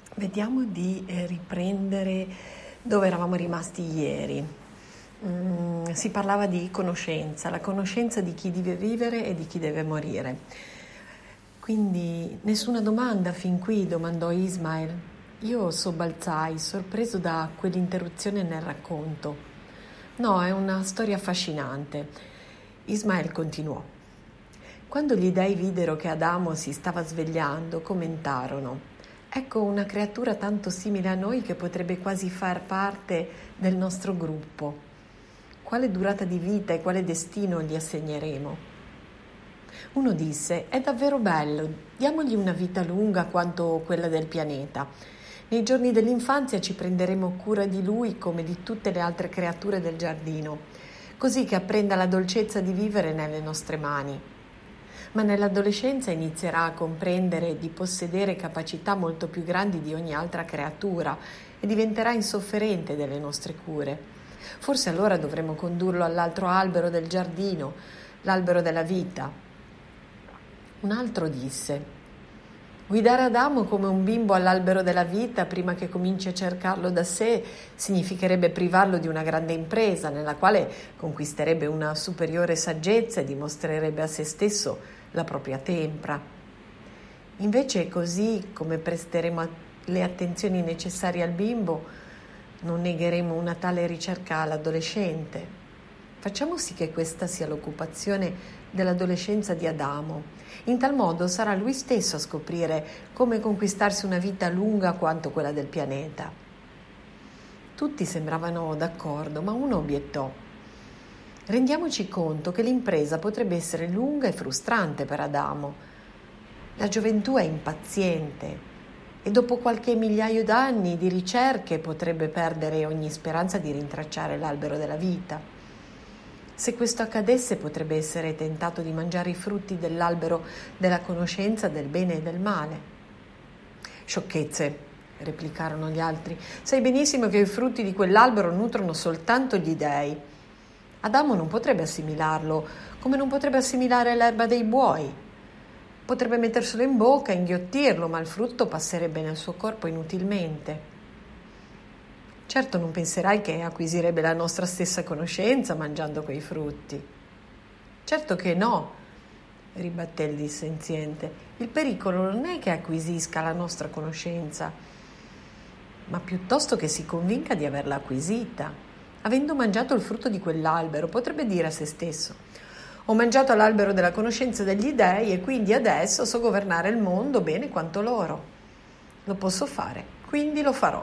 Vediamo di riprendere dove eravamo rimasti ieri. Si parlava di conoscenza, la conoscenza di chi deve vivere e di chi deve morire. Quindi nessuna domanda fin qui, domandò Ismail. Io sobbalzai, sorpreso da quell'interruzione nel racconto. No, è una storia affascinante. Ismail continuò. Quando gli dei videro che Adamo si stava svegliando, commentarono: ecco una creatura tanto simile a noi che potrebbe quasi far parte del nostro gruppo. Quale durata di vita e quale destino gli assegneremo? Uno disse: è davvero bello, diamogli una vita lunga quanto quella del pianeta. Nei giorni dell'infanzia ci prenderemo cura di lui come di tutte le altre creature del giardino, così che apprenda la dolcezza di vivere nelle nostre mani. Ma nell'adolescenza inizierà a comprendere di possedere capacità molto più grandi di ogni altra creatura e diventerà insofferente delle nostre cure. Forse allora dovremo condurlo all'altro albero del giardino, l'albero della vita. Un altro disse: guidare Adamo come un bimbo all'albero della vita prima che cominci a cercarlo da sé significherebbe privarlo di una grande impresa nella quale conquisterebbe una superiore saggezza e dimostrerebbe a se stesso la propria tempra. Invece, così come presteremo le attenzioni necessarie al bimbo, non negheremo una tale ricerca all'adolescente. Facciamo sì che questa sia l'occupazione dell'adolescenza di Adamo. In tal modo sarà lui stesso a scoprire come conquistarsi una vita lunga quanto quella del pianeta. Tutti sembravano d'accordo, ma uno obiettò: rendiamoci conto che l'impresa potrebbe essere lunga e frustrante per Adamo. La gioventù è impaziente e dopo qualche migliaio d'anni di ricerche potrebbe perdere ogni speranza di rintracciare l'albero della vita. Se questo accadesse, potrebbe essere tentato di mangiare i frutti dell'albero della conoscenza del bene e del male. Sciocchezze, replicarono gli altri. Sai benissimo che i frutti di quell'albero nutrono soltanto gli dèi. Adamo non potrebbe assimilarlo, come non potrebbe assimilare l'erba dei buoi. Potrebbe metterselo in bocca, inghiottirlo, ma il frutto passerebbe nel suo corpo inutilmente. Certo non penserai che acquisirebbe la nostra stessa conoscenza mangiando quei frutti. Certo che no, ribatté il dissenziente. Il pericolo non è che acquisisca la nostra conoscenza, ma piuttosto che si convinca di averla acquisita. Avendo mangiato il frutto di quell'albero, potrebbe dire a se stesso: ho mangiato l'albero della conoscenza degli dèi e quindi adesso so governare il mondo bene quanto loro. Lo posso fare, quindi lo farò.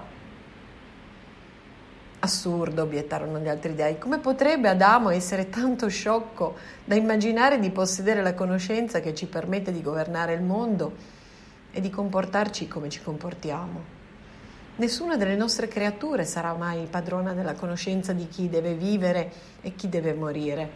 Assurdo, obiettarono gli altri dei. Come potrebbe Adamo essere tanto sciocco da immaginare di possedere la conoscenza che ci permette di governare il mondo e di comportarci come ci comportiamo? Nessuna delle nostre creature sarà mai padrona della conoscenza di chi deve vivere e chi deve morire.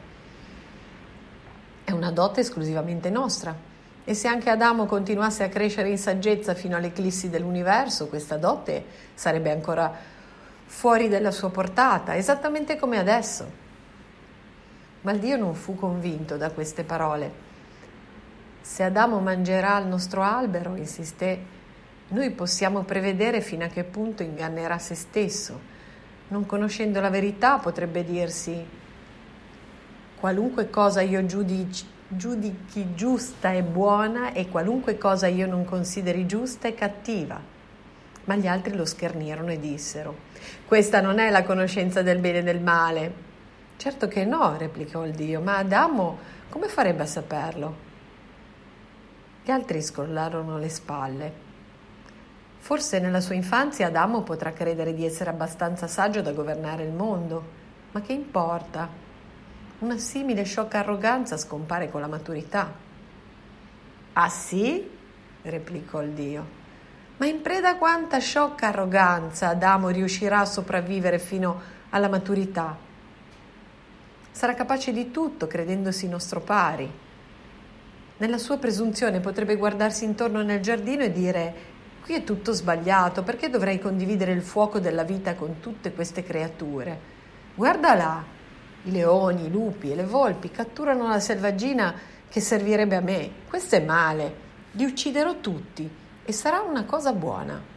È una dote esclusivamente nostra. E se anche Adamo continuasse a crescere in saggezza fino all'eclissi dell'universo, questa dote sarebbe ancora fuori della sua portata, esattamente come adesso. Ma il Dio non fu convinto da queste parole. Se Adamo mangerà il nostro albero, insisté, noi possiamo prevedere fino a che punto ingannerà se stesso. Non conoscendo la verità, potrebbe dirsi: qualunque cosa io giudichi giusta è buona e qualunque cosa io non consideri giusta è cattiva. Ma gli altri lo schernirono e dissero: questa non è la conoscenza del bene e del male. Certo che no, replicò il Dio, ma Adamo come farebbe a saperlo? Gli altri scrollarono le spalle. Forse nella sua infanzia Adamo potrà credere di essere abbastanza saggio da governare il mondo, ma che importa? Una simile sciocca arroganza scompare con la maturità. Ah sì? Replicò il Dio. Ma in preda a quanta sciocca arroganza Adamo riuscirà a sopravvivere fino alla maturità? Sarà capace di tutto, credendosi nostro pari. Nella sua presunzione potrebbe guardarsi intorno nel giardino e dire: qui è tutto sbagliato, perché dovrei condividere il fuoco della vita con tutte queste creature? Guarda là, i leoni, i lupi e le volpi catturano la selvaggina che servirebbe a me. Questo è male, li ucciderò tutti. E sarà una cosa buona.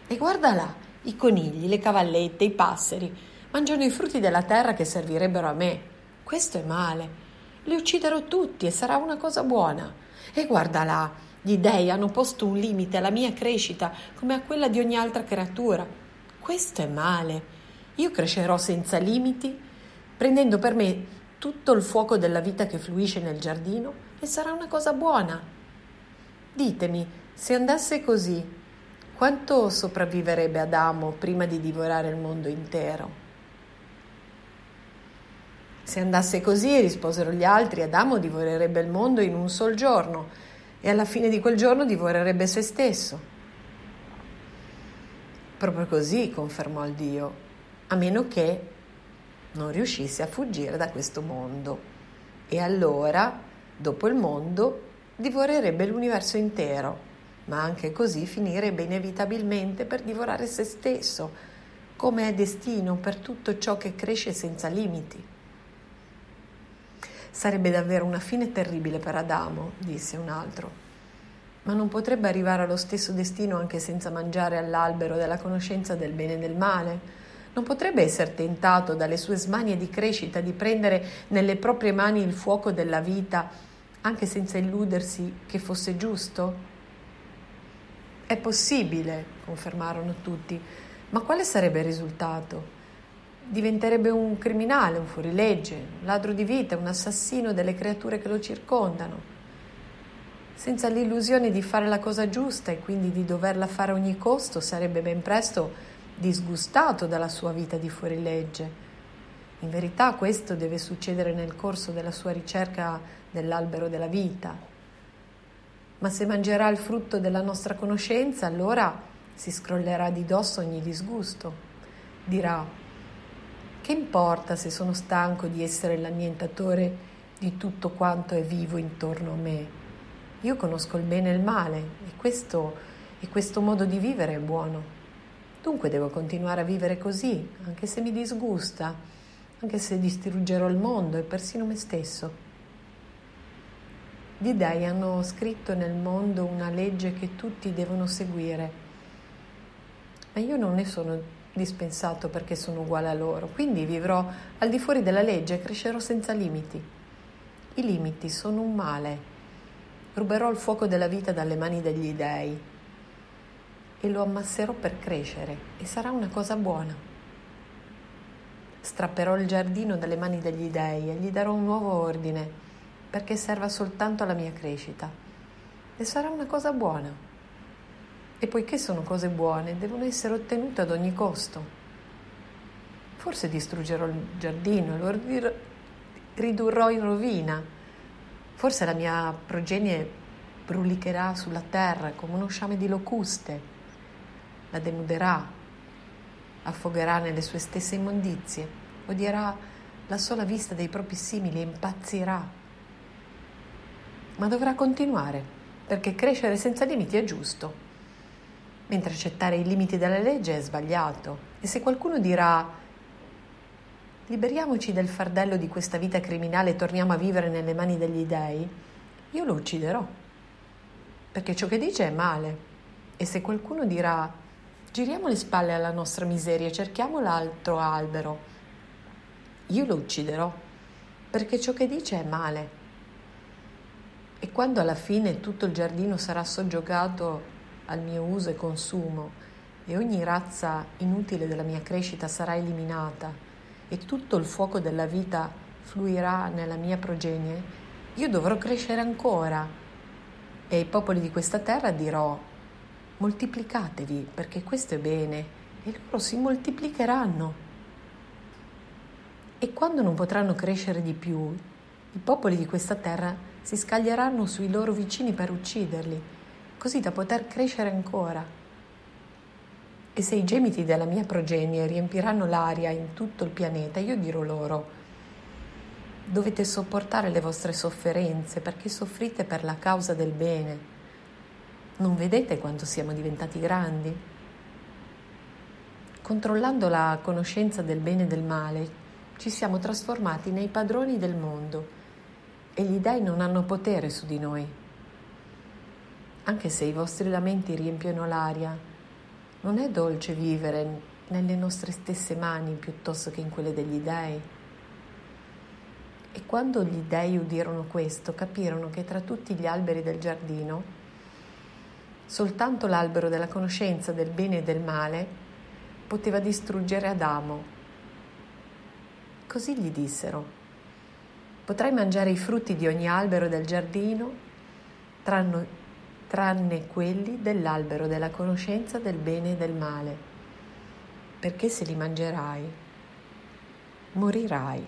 E guarda là, i conigli, le cavallette, i passeri mangiano i frutti della terra che servirebbero a me. Questo è male. Li ucciderò tutti e sarà una cosa buona. E guarda là, gli dèi hanno posto un limite alla mia crescita come a quella di ogni altra creatura. Questo è male. Io crescerò senza limiti, prendendo per me tutto il fuoco della vita che fluisce nel giardino e sarà una cosa buona. Ditemi, se andasse così, quanto sopravviverebbe Adamo prima di divorare il mondo intero? Se andasse così, risposero gli altri, Adamo divorerebbe il mondo in un sol giorno e alla fine di quel giorno divorerebbe se stesso. Proprio così, confermò il Dio, a meno che non riuscisse a fuggire da questo mondo. E allora, dopo il mondo, divorerebbe l'universo intero, ma anche così finirebbe inevitabilmente per divorare se stesso, come è destino per tutto ciò che cresce senza limiti. Sarebbe davvero una fine terribile per Adamo, disse un altro, ma non potrebbe arrivare allo stesso destino anche senza mangiare all'albero della conoscenza del bene e del male? Non potrebbe essere tentato dalle sue smanie di crescita di prendere nelle proprie mani il fuoco della vita, anche senza illudersi che fosse giusto? È possibile, confermarono tutti, ma quale sarebbe il risultato? Diventerebbe un criminale, un fuorilegge, un ladro di vita, un assassino delle creature che lo circondano, senza l'illusione di fare la cosa giusta e quindi di doverla fare a ogni costo, sarebbe ben presto disgustato dalla sua vita di fuorilegge. In verità questo deve succedere nel corso della sua ricerca dell'albero della vita. Ma se mangerà il frutto della nostra conoscenza, allora si scrollerà di dosso ogni disgusto. Dirà: che importa se sono stanco di essere l'annientatore di tutto quanto è vivo intorno a me? Io conosco il bene e il male e questo modo di vivere è buono. Dunque devo continuare a vivere così, anche se mi disgusta, anche se distruggerò il mondo e persino me stesso. Gli dèi hanno scritto nel mondo una legge che tutti devono seguire, ma io non ne sono dispensato perché sono uguale a loro, quindi vivrò al di fuori della legge e crescerò senza limiti. I limiti sono un male. Ruberò il fuoco della vita dalle mani degli dèi e lo ammasserò per crescere e sarà una cosa buona. Strapperò il giardino dalle mani degli dèi e gli darò un nuovo ordine perché serva soltanto alla mia crescita e sarà una cosa buona. E poiché sono cose buone, devono essere ottenute ad ogni costo. Forse distruggerò il giardino e lo ridurrò in rovina. Forse la mia progenie brulicherà sulla terra come uno sciame di locuste, la denuderà, affogherà nelle sue stesse immondizie, odierà la sola vista dei propri simili e impazzirà. Ma dovrà continuare, perché crescere senza limiti è giusto, mentre accettare i limiti della legge è sbagliato. E se qualcuno dirà: liberiamoci del fardello di questa vita criminale e torniamo a vivere nelle mani degli dèi, io lo ucciderò, perché ciò che dice è male. E se qualcuno dirà: giriamo le spalle alla nostra miseria e cerchiamo l'altro albero, io lo ucciderò, perché ciò che dice è male. E quando alla fine tutto il giardino sarà soggiogato al mio uso e consumo e ogni razza inutile della mia crescita sarà eliminata e tutto il fuoco della vita fluirà nella mia progenie, io dovrò crescere ancora e ai popoli di questa terra dirò: moltiplicatevi perché questo è bene, e loro si moltiplicheranno. E quando non potranno crescere di più, i popoli di questa terra si scaglieranno sui loro vicini per ucciderli, così da poter crescere ancora. E se i gemiti della mia progenie riempiranno l'aria in tutto il pianeta, io dirò loro: dovete sopportare le vostre sofferenze perché soffrite per la causa del bene. Non vedete quanto siamo diventati grandi? Controllando la conoscenza del bene e del male, ci siamo trasformati nei padroni del mondo e gli dèi non hanno potere su di noi. Anche se i vostri lamenti riempiono l'aria, Non è dolce vivere nelle nostre stesse mani piuttosto che in quelle degli dèi? E quando gli dèi udirono questo, capirono che tra tutti gli alberi del giardino, soltanto l'albero della conoscenza del bene e del male poteva distruggere Adamo. Così gli dissero: potrai mangiare i frutti di ogni albero del giardino, tranne quelli dell'albero della conoscenza del bene e del male, perché se li mangerai, morirai.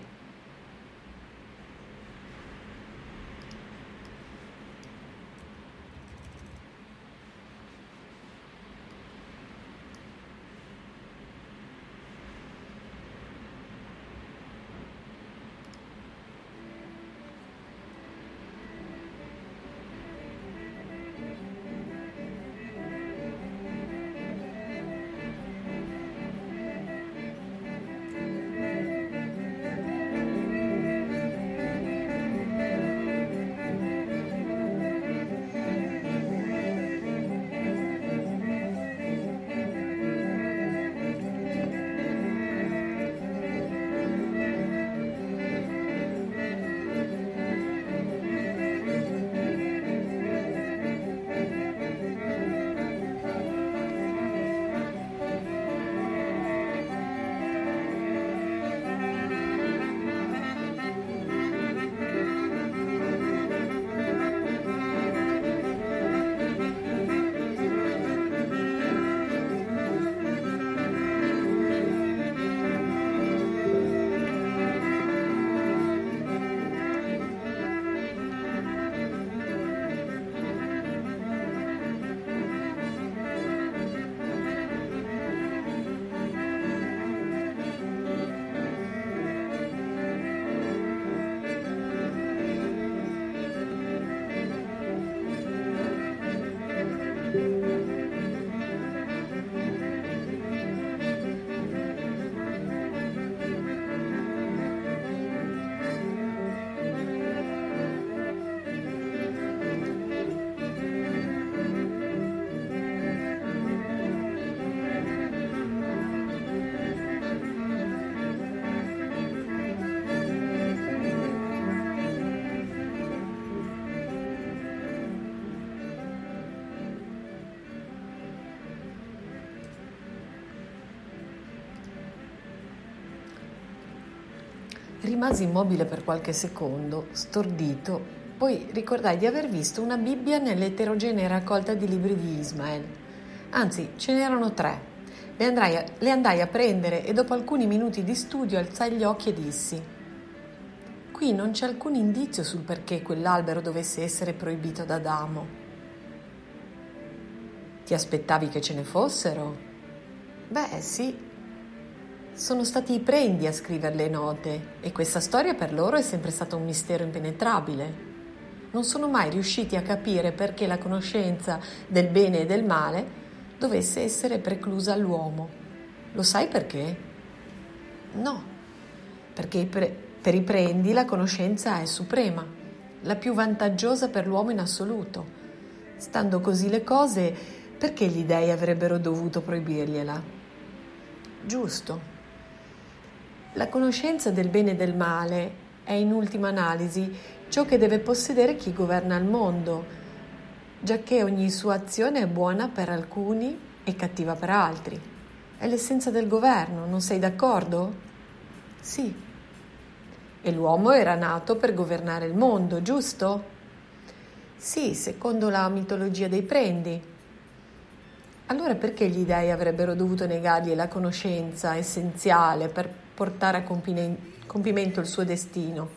Rimasi immobile per qualche secondo, stordito, poi ricordai di aver visto una Bibbia nell'eterogenea raccolta di libri di Ismael. Anzi, ce n'erano 3. Le andai a prendere e dopo alcuni minuti di studio alzai gli occhi e dissi: qui non c'è alcun indizio sul perché quell'albero dovesse essere proibito ad Adamo. Ti aspettavi che ce ne fossero? Beh, sì. Sono stati i prendi a scrivere le note e questa storia per loro è sempre stata un mistero impenetrabile. Non sono mai riusciti a capire perché la conoscenza del bene e del male dovesse essere preclusa all'uomo. Lo sai perché? No, perché per i prendi la conoscenza è suprema, la più vantaggiosa per l'uomo in assoluto. Stando così le cose, perché gli dèi avrebbero dovuto proibirgliela? Giusto. La conoscenza del bene e del male è in ultima analisi ciò che deve possedere chi governa il mondo, giacché ogni sua azione è buona per alcuni e cattiva per altri. È l'essenza del governo, non sei d'accordo? Sì. E l'uomo era nato per governare il mondo, giusto? Sì, secondo la mitologia dei prendi. Allora perché gli dèi avrebbero dovuto negargli la conoscenza essenziale per portare a compimento il suo destino?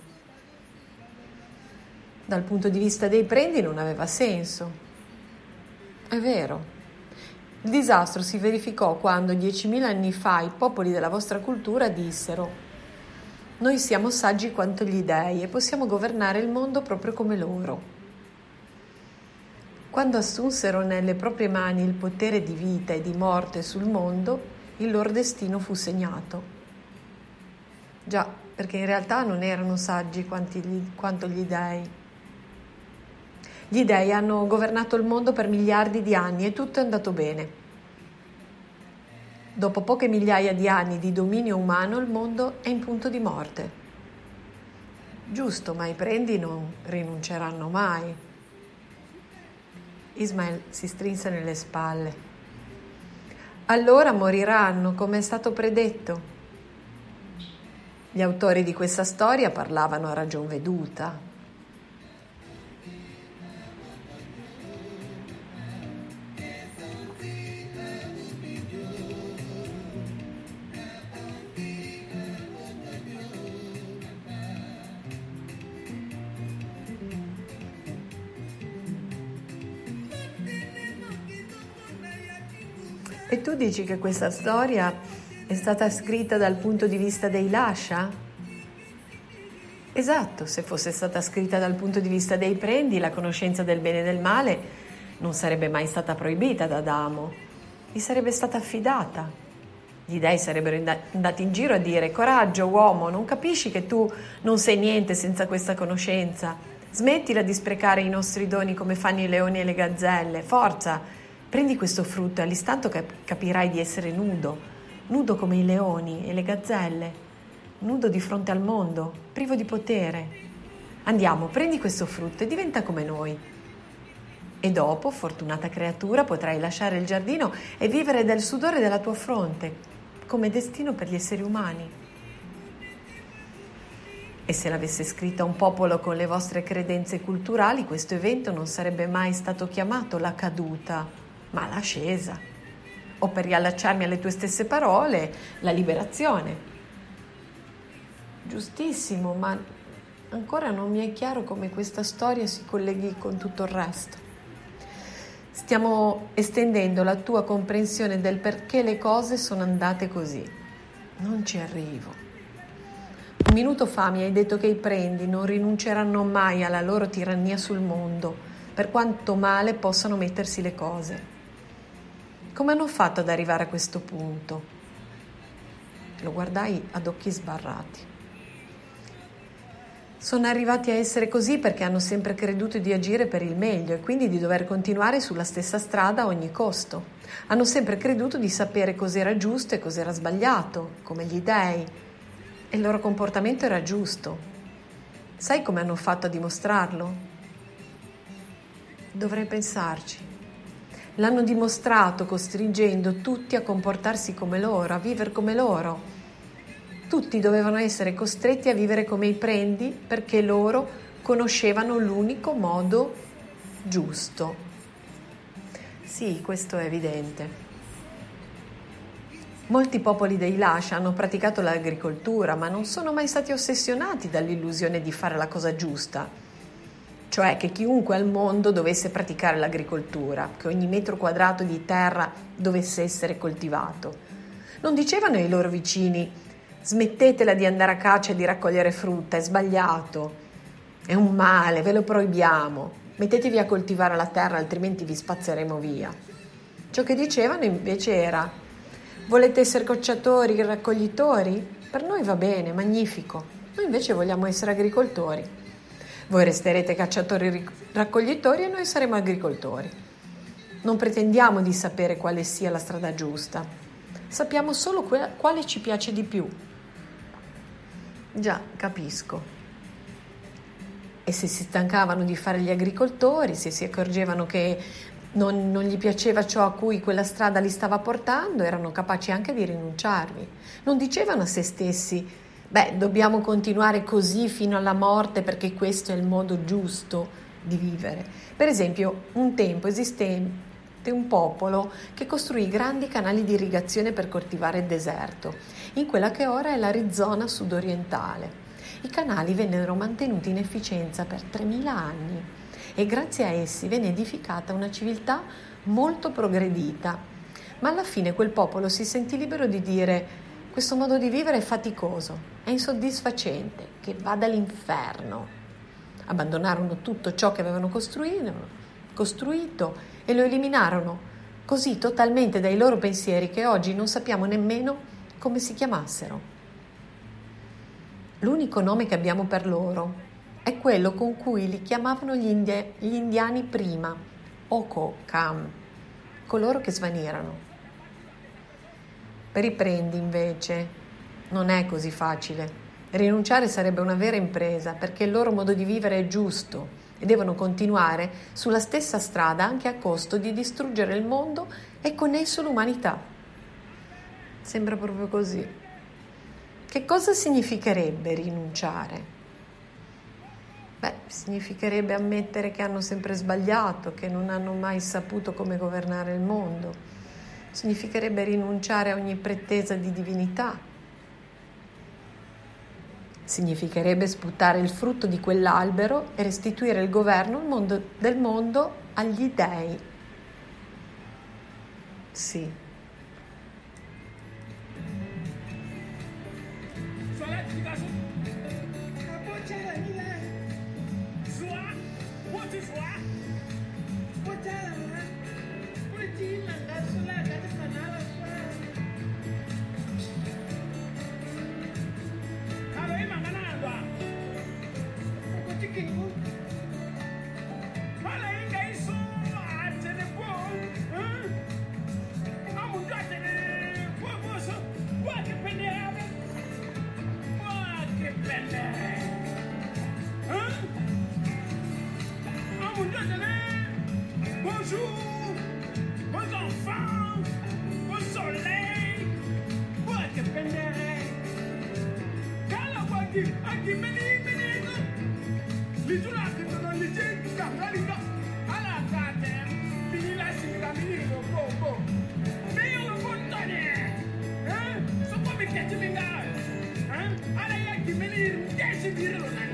Dal punto di vista dei prendi non aveva senso. È vero. Il disastro si verificò quando 10.000 anni fa i popoli della vostra cultura dissero: noi siamo saggi quanto gli dèi e possiamo governare il mondo proprio come loro. Quando assunsero nelle proprie mani il potere di vita e di morte sul mondo, il loro destino fu segnato. Già, perché in realtà non erano saggi quanto gli dèi. Gli dèi hanno governato il mondo per miliardi di anni e tutto è andato bene. Dopo poche migliaia di anni di dominio umano, il mondo è in punto di morte. Giusto, ma i prendi non rinunceranno mai. Ismael si strinse nelle spalle. Allora moriranno, come è stato predetto. Gli autori di questa storia parlavano a ragion veduta. E tu dici che questa storia è stata scritta dal punto di vista dei Lascia? Esatto, se fosse stata scritta dal punto di vista dei prendi, la conoscenza del bene e del male non sarebbe mai stata proibita da Adamo, gli sarebbe stata affidata. Gli dei sarebbero andati in giro a dire: coraggio uomo, non capisci che tu non sei niente senza questa conoscenza? Smettila di sprecare i nostri doni come fanno i leoni e le gazzelle, forza! Prendi questo frutto e all'istante capirai di essere nudo, nudo come i leoni e le gazzelle, nudo di fronte al mondo, privo di potere. Andiamo, prendi questo frutto e diventa come noi. E dopo, fortunata creatura, potrai lasciare il giardino e vivere del sudore della tua fronte, come destino per gli esseri umani. E se l'avesse scritta un popolo con le vostre credenze culturali, questo evento non sarebbe mai stato chiamato la caduta, ma l'ascesa, o per riallacciarmi alle tue stesse parole, la liberazione. Giustissimo, ma ancora non mi è chiaro come questa storia si colleghi con tutto il resto. Stiamo estendendo la tua comprensione del perché le cose sono andate così. Non ci arrivo. Un minuto fa mi hai detto che i prendi non rinunceranno mai alla loro tirannia sul mondo, per quanto male possano mettersi le cose. Come hanno fatto ad arrivare a questo punto? Lo guardai ad occhi sbarrati. Sono arrivati a essere così perché hanno sempre creduto di agire per il meglio e quindi di dover continuare sulla stessa strada a ogni costo. Hanno sempre creduto di sapere cos'era giusto e cos'era sbagliato, come gli dèi, e il loro comportamento era giusto. Sai come hanno fatto a dimostrarlo? Dovrei pensarci. L'hanno dimostrato costringendo tutti a comportarsi come loro, a vivere come loro. Tutti dovevano essere costretti a vivere come i prendi perché loro conoscevano l'unico modo giusto. Sì, questo è evidente. Molti popoli dei Lascia hanno praticato l'agricoltura, ma non sono mai stati ossessionati dall'illusione di fare la cosa giusta. Cioè che chiunque al mondo dovesse praticare l'agricoltura, che ogni metro quadrato di terra dovesse essere coltivato. Non dicevano ai loro vicini: smettetela di andare a caccia e di raccogliere frutta, è sbagliato, è un male, ve lo proibiamo, mettetevi a coltivare la terra altrimenti vi spazzeremo via. Ciò che dicevano invece era: volete essere cacciatori, raccoglitori? Per noi va bene, magnifico, noi invece vogliamo essere agricoltori. Voi resterete cacciatori raccoglitori e noi saremo agricoltori. Non pretendiamo di sapere quale sia la strada giusta. Sappiamo solo quale ci piace di più. Già, capisco. E se si stancavano di fare gli agricoltori, se si accorgevano che non gli piaceva ciò a cui quella strada li stava portando, erano capaci anche di rinunciarvi. Non dicevano a se stessi: dobbiamo continuare così fino alla morte perché questo è il modo giusto di vivere. Per esempio, un tempo esistente un popolo che costruì grandi canali di irrigazione per coltivare il deserto, in quella che ora è l'Arizona sudorientale. I canali vennero mantenuti in efficienza per 3000 anni e grazie a essi venne edificata una civiltà molto progredita. Ma alla fine quel popolo si sentì libero di dire: questo modo di vivere è faticoso, è insoddisfacente, che vada all'inferno. Abbandonarono tutto ciò che avevano costruito e lo eliminarono così totalmente dai loro pensieri che oggi non sappiamo nemmeno come si chiamassero. L'unico nome che abbiamo per loro è quello con cui li chiamavano gli indiani prima, Oko Kam, coloro che svanirano. Riprendi invece, non è così facile. Rinunciare sarebbe una vera impresa perché il loro modo di vivere è giusto e devono continuare sulla stessa strada anche a costo di distruggere il mondo e con esso l'umanità. Sembra proprio così. Che cosa significherebbe rinunciare? Significherebbe ammettere che hanno sempre sbagliato, che non hanno mai saputo come governare il mondo. Significherebbe rinunciare a ogni pretesa di divinità. Significherebbe sputare il frutto di quell'albero e restituire il governo del mondo agli dèi. Sì. Bonjour, vos enfants, vos soleils, voi che prendere. Cala guardi, anche menino, li giurate che non li senti, carica, alla cate, fini la sigla, menino, boh, io lo fontane, so come che ti venga, alla anche menino, 10 dirlo, nanni.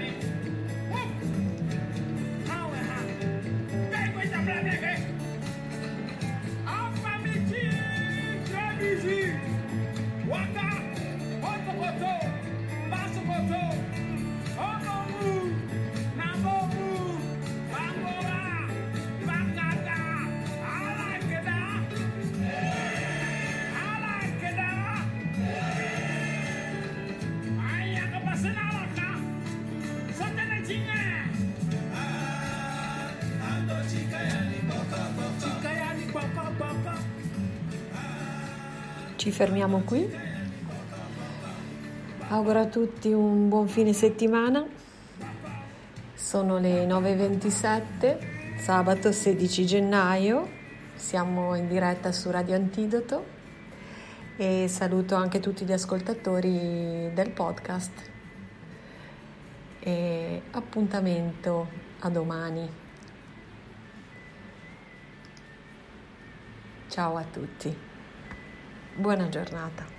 Ci fermiamo qui. Auguro a tutti un buon fine settimana. Sono le 9:27, sabato 16 gennaio. Siamo in diretta su Radio Antidoto e saluto anche tutti gli ascoltatori del podcast. E appuntamento a domani. Ciao a tutti. Buona giornata.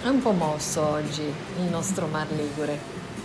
È un po' mosso oggi il nostro Mar Ligure.